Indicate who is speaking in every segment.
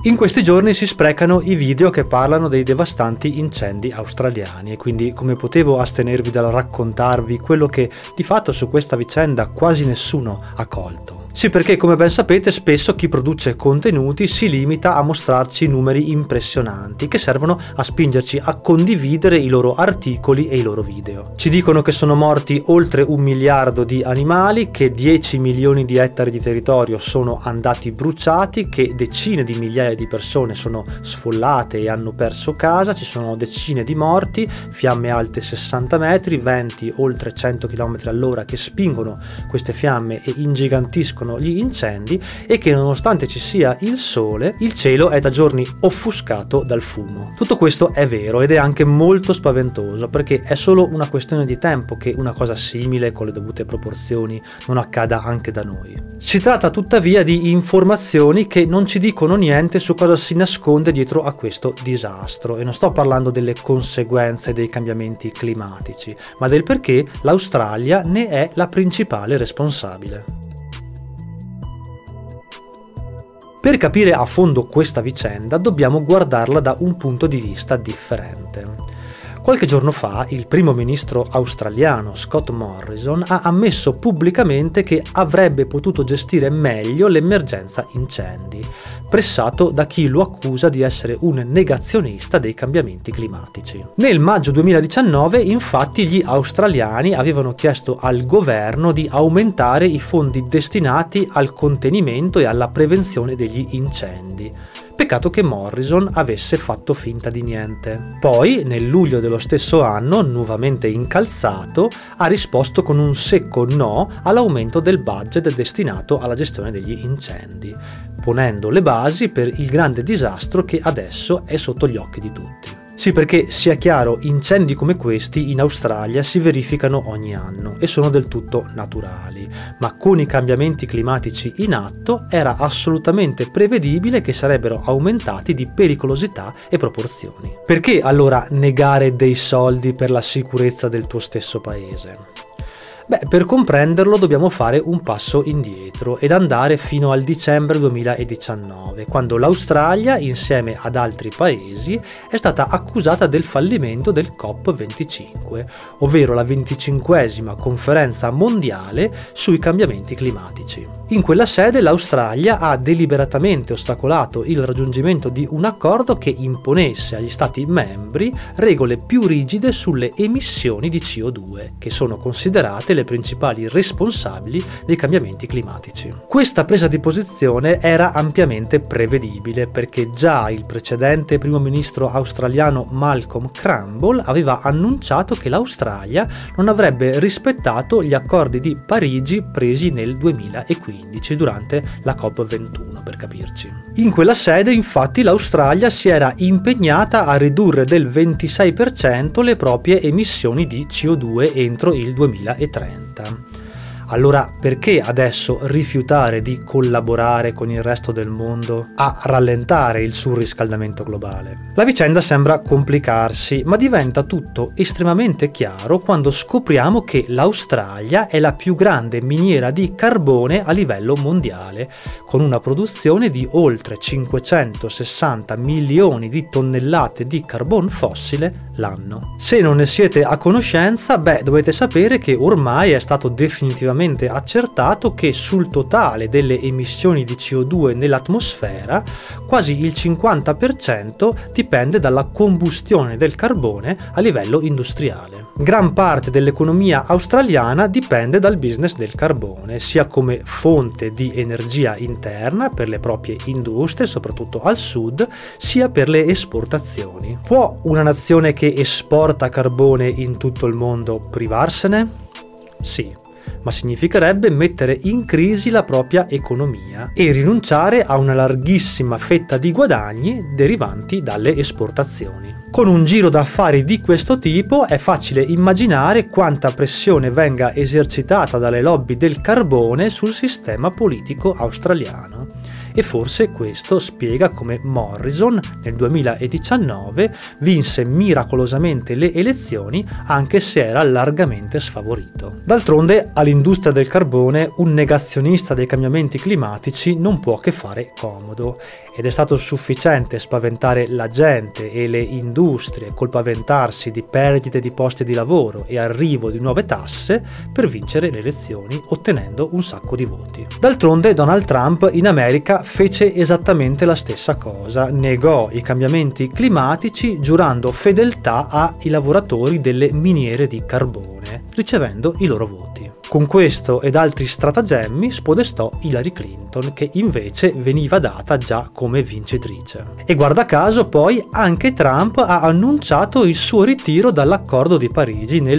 Speaker 1: In questi giorni si sprecano i video che parlano dei devastanti incendi australiani e quindi come potevo astenervi dal raccontarvi quello che di fatto su questa vicenda quasi nessuno ha colto. Sì, perché come ben sapete spesso chi produce contenuti si limita a mostrarci numeri impressionanti che servono a spingerci a condividere i loro articoli e i loro video. Ci dicono che sono morti oltre 1 miliardo di animali, che 10 milioni di ettari di territorio sono andati bruciati, che decine di migliaia di persone sono sfollate e hanno perso casa, ci sono decine di morti, fiamme alte 60 metri, venti oltre 100 km all'ora che spingono queste fiamme e ingigantiscono gli incendi e che nonostante ci sia il sole, il cielo è da giorni offuscato dal fumo. Tutto questo è vero ed è anche molto spaventoso perché è solo una questione di tempo che una cosa simile con le dovute proporzioni non accada anche da noi. Si tratta tuttavia di informazioni che non ci dicono niente su cosa si nasconde dietro a questo disastro e non sto parlando delle conseguenze dei cambiamenti climatici, ma del perché l'Australia ne è la principale responsabile. Per capire a fondo questa vicenda dobbiamo guardarla da un punto di vista differente. Qualche giorno fa il primo ministro australiano Scott Morrison ha ammesso pubblicamente che avrebbe potuto gestire meglio l'emergenza incendi, pressato da chi lo accusa di essere un negazionista dei cambiamenti climatici. Nel maggio 2019, infatti, gli australiani avevano chiesto al governo di aumentare i fondi destinati al contenimento e alla prevenzione degli incendi. Peccato che Morrison avesse fatto finta di niente. Poi, nel luglio dello stesso anno, nuovamente incalzato, ha risposto con un secco no all'aumento del budget destinato alla gestione degli incendi, ponendo le basi per il grande disastro che adesso è sotto gli occhi di tutti. Sì, perché sia chiaro, incendi come questi in Australia si verificano ogni anno e sono del tutto naturali, ma con i cambiamenti climatici in atto era assolutamente prevedibile che sarebbero aumentati di pericolosità e proporzioni. Perché allora negare dei soldi per la sicurezza del tuo stesso paese? Per comprenderlo dobbiamo fare un passo indietro ed andare fino al dicembre 2019, quando l'Australia, insieme ad altri paesi, è stata accusata del fallimento del COP25, ovvero la 25esima conferenza mondiale sui cambiamenti climatici. In quella sede l'Australia ha deliberatamente ostacolato il raggiungimento di un accordo che imponesse agli Stati membri regole più rigide sulle emissioni di CO2, che sono considerate le principali responsabili dei cambiamenti climatici. Questa presa di posizione era ampiamente prevedibile perché già il precedente primo ministro australiano Malcolm Turnbull aveva annunciato che l'Australia non avrebbe rispettato gli accordi di Parigi presi nel 2015 durante la COP21, per capirci. In quella sede infatti l'Australia si era impegnata a ridurre del 26% le proprie emissioni di CO2 entro il 2030. Allora perché adesso rifiutare di collaborare con il resto del mondo a rallentare il surriscaldamento globale? La vicenda sembra complicarsi, ma diventa tutto estremamente chiaro quando scopriamo che l'Australia è la più grande miniera di carbone a livello mondiale, con una produzione di oltre 560 milioni di tonnellate di carbone fossile l'anno. Se non ne siete a conoscenza, dovete sapere che ormai è stato definitivamente accertato che sul totale delle emissioni di CO2 nell'atmosfera quasi il 50% dipende dalla combustione del carbone a livello industriale. Gran parte dell'economia australiana dipende dal business del carbone, sia come fonte di energia interna per le proprie industrie, soprattutto al sud, sia per le esportazioni. Può una nazione che esporta carbone in tutto il mondo privarsene? Sì, ma significherebbe mettere in crisi la propria economia e rinunciare a una larghissima fetta di guadagni derivanti dalle esportazioni. Con un giro d'affari di questo tipo è facile immaginare quanta pressione venga esercitata dalle lobby del carbone sul sistema politico australiano E forse questo spiega come Morrison nel 2019 vinse miracolosamente le elezioni anche se era largamente sfavorito. D'altronde all'industria del carbone un negazionista dei cambiamenti climatici non può che fare comodo, ed è stato sufficiente spaventare la gente e le industrie col paventarsi di perdite di posti di lavoro e arrivo di nuove tasse per vincere le elezioni ottenendo un sacco di voti. D'altronde Donald Trump in America fece esattamente la stessa cosa, negò i cambiamenti climatici giurando fedeltà ai lavoratori delle miniere di carbone, ricevendo i loro voti. Con questo ed altri stratagemmi spodestò Hillary Clinton, che invece veniva data già come vincitrice. E guarda caso poi anche Trump ha annunciato il suo ritiro dall'accordo di Parigi nel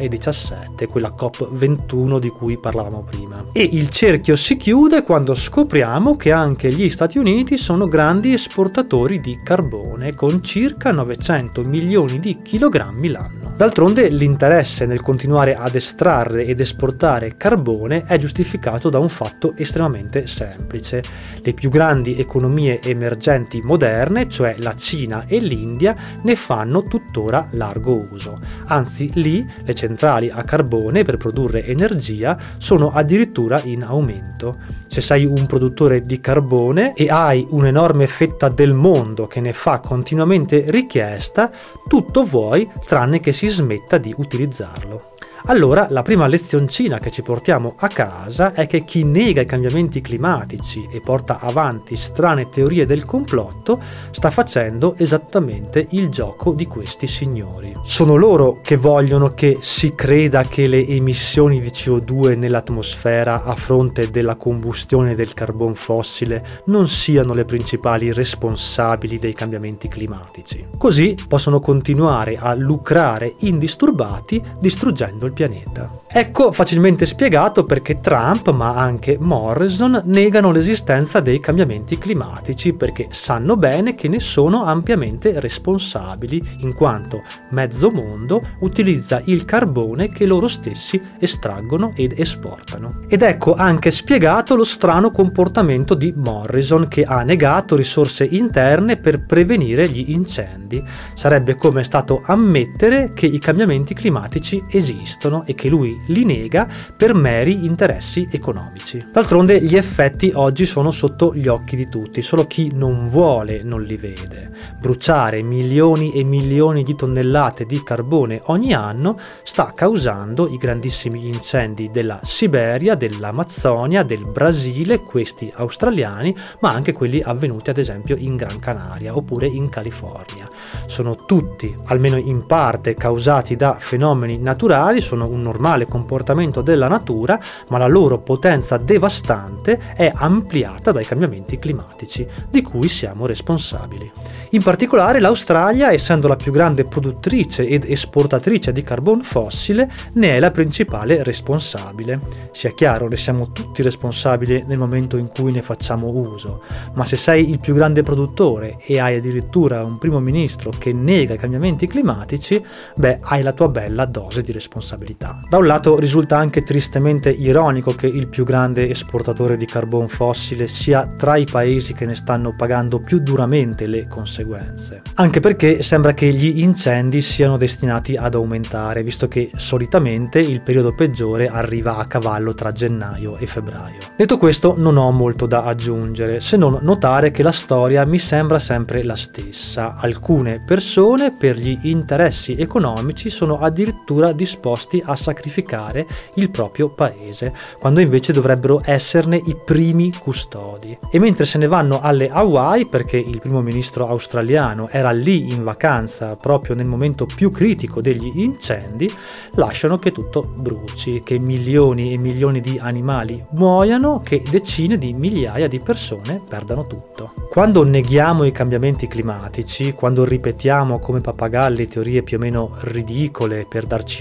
Speaker 1: 2017, quella COP21 di cui parlavamo prima. E il cerchio si chiude quando scopriamo che anche gli Stati Uniti sono grandi esportatori di carbone, con circa 900 milioni di chilogrammi l'anno. D'altronde l'interesse nel continuare ad estrarre ed esportare carbone è giustificato da un fatto estremamente semplice. Le più grandi economie emergenti moderne, cioè la Cina e l'India, ne fanno tuttora largo uso. Anzi, lì le centrali a carbone per produrre energia sono addirittura in aumento. Se sei un produttore di carbone e hai un'enorme fetta del mondo che ne fa continuamente richiesta, tutto vuoi tranne che si smetta di utilizzarlo. Allora la prima lezioncina che ci portiamo a casa è che chi nega i cambiamenti climatici e porta avanti strane teorie del complotto sta facendo esattamente il gioco di questi signori. Sono loro che vogliono che si creda che le emissioni di CO2 nell'atmosfera a fronte della combustione del carbon fossile non siano le principali responsabili dei cambiamenti climatici. Così possono continuare a lucrare indisturbati distruggendo il pianeta. Ecco facilmente spiegato perché Trump, ma anche Morrison, negano l'esistenza dei cambiamenti climatici, perché sanno bene che ne sono ampiamente responsabili, in quanto mezzo mondo utilizza il carbone che loro stessi estraggono ed esportano. Ed ecco anche spiegato lo strano comportamento di Morrison, che ha negato risorse interne per prevenire gli incendi. Sarebbe come stato ammettere che i cambiamenti climatici esistono e che lui li nega per meri interessi economici. D'altronde gli effetti oggi sono sotto gli occhi di tutti, solo chi non vuole non li vede. Bruciare milioni e milioni di tonnellate di carbone ogni anno sta causando i grandissimi incendi della Siberia, dell'Amazzonia, del Brasile, questi australiani, ma anche quelli avvenuti ad esempio in Gran Canaria oppure in California. Sono tutti, almeno in parte, causati da fenomeni naturali, sono un normale comportamento della natura, ma la loro potenza devastante è ampliata dai cambiamenti climatici, di cui siamo responsabili. In particolare l'Australia, essendo la più grande produttrice ed esportatrice di carbon fossile, ne è la principale responsabile. Sia chiaro, ne siamo tutti responsabili nel momento in cui ne facciamo uso, ma se sei il più grande produttore e hai addirittura un primo ministro che nega i cambiamenti climatici, hai la tua bella dose di responsabilità. Da un lato risulta anche tristemente ironico che il più grande esportatore di carbon fossile sia tra i paesi che ne stanno pagando più duramente le conseguenze. Anche perché sembra che gli incendi siano destinati ad aumentare, visto che solitamente il periodo peggiore arriva a cavallo tra gennaio e febbraio. Detto questo, non ho molto da aggiungere, se non notare che la storia mi sembra sempre la stessa. Alcune persone, per gli interessi economici, sono addirittura disposti a sacrificare il proprio paese, quando invece dovrebbero esserne i primi custodi. E mentre se ne vanno alle Hawaii, perché il primo ministro australiano era lì in vacanza proprio nel momento più critico degli incendi, lasciano che tutto bruci, che milioni e milioni di animali muoiano, che decine di migliaia di persone perdano tutto. Quando neghiamo i cambiamenti climatici, quando ripetiamo come pappagalli teorie più o meno ridicole per darci un tono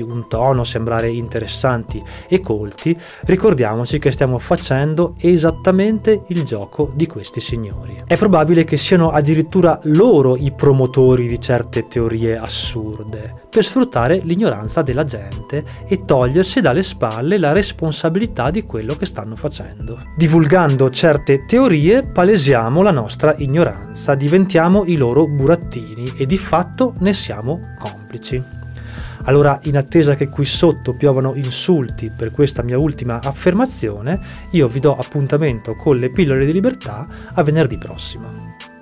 Speaker 1: possono sembrare interessanti e colti, ricordiamoci che stiamo facendo esattamente il gioco di questi signori. È probabile che siano addirittura loro i promotori di certe teorie assurde, per sfruttare l'ignoranza della gente e togliersi dalle spalle la responsabilità di quello che stanno facendo. Divulgando certe teorie palesiamo la nostra ignoranza, diventiamo i loro burattini e di fatto ne siamo complici. Allora, in attesa che qui sotto piovano insulti per questa mia ultima affermazione, io vi do appuntamento con le pillole di libertà a venerdì prossimo.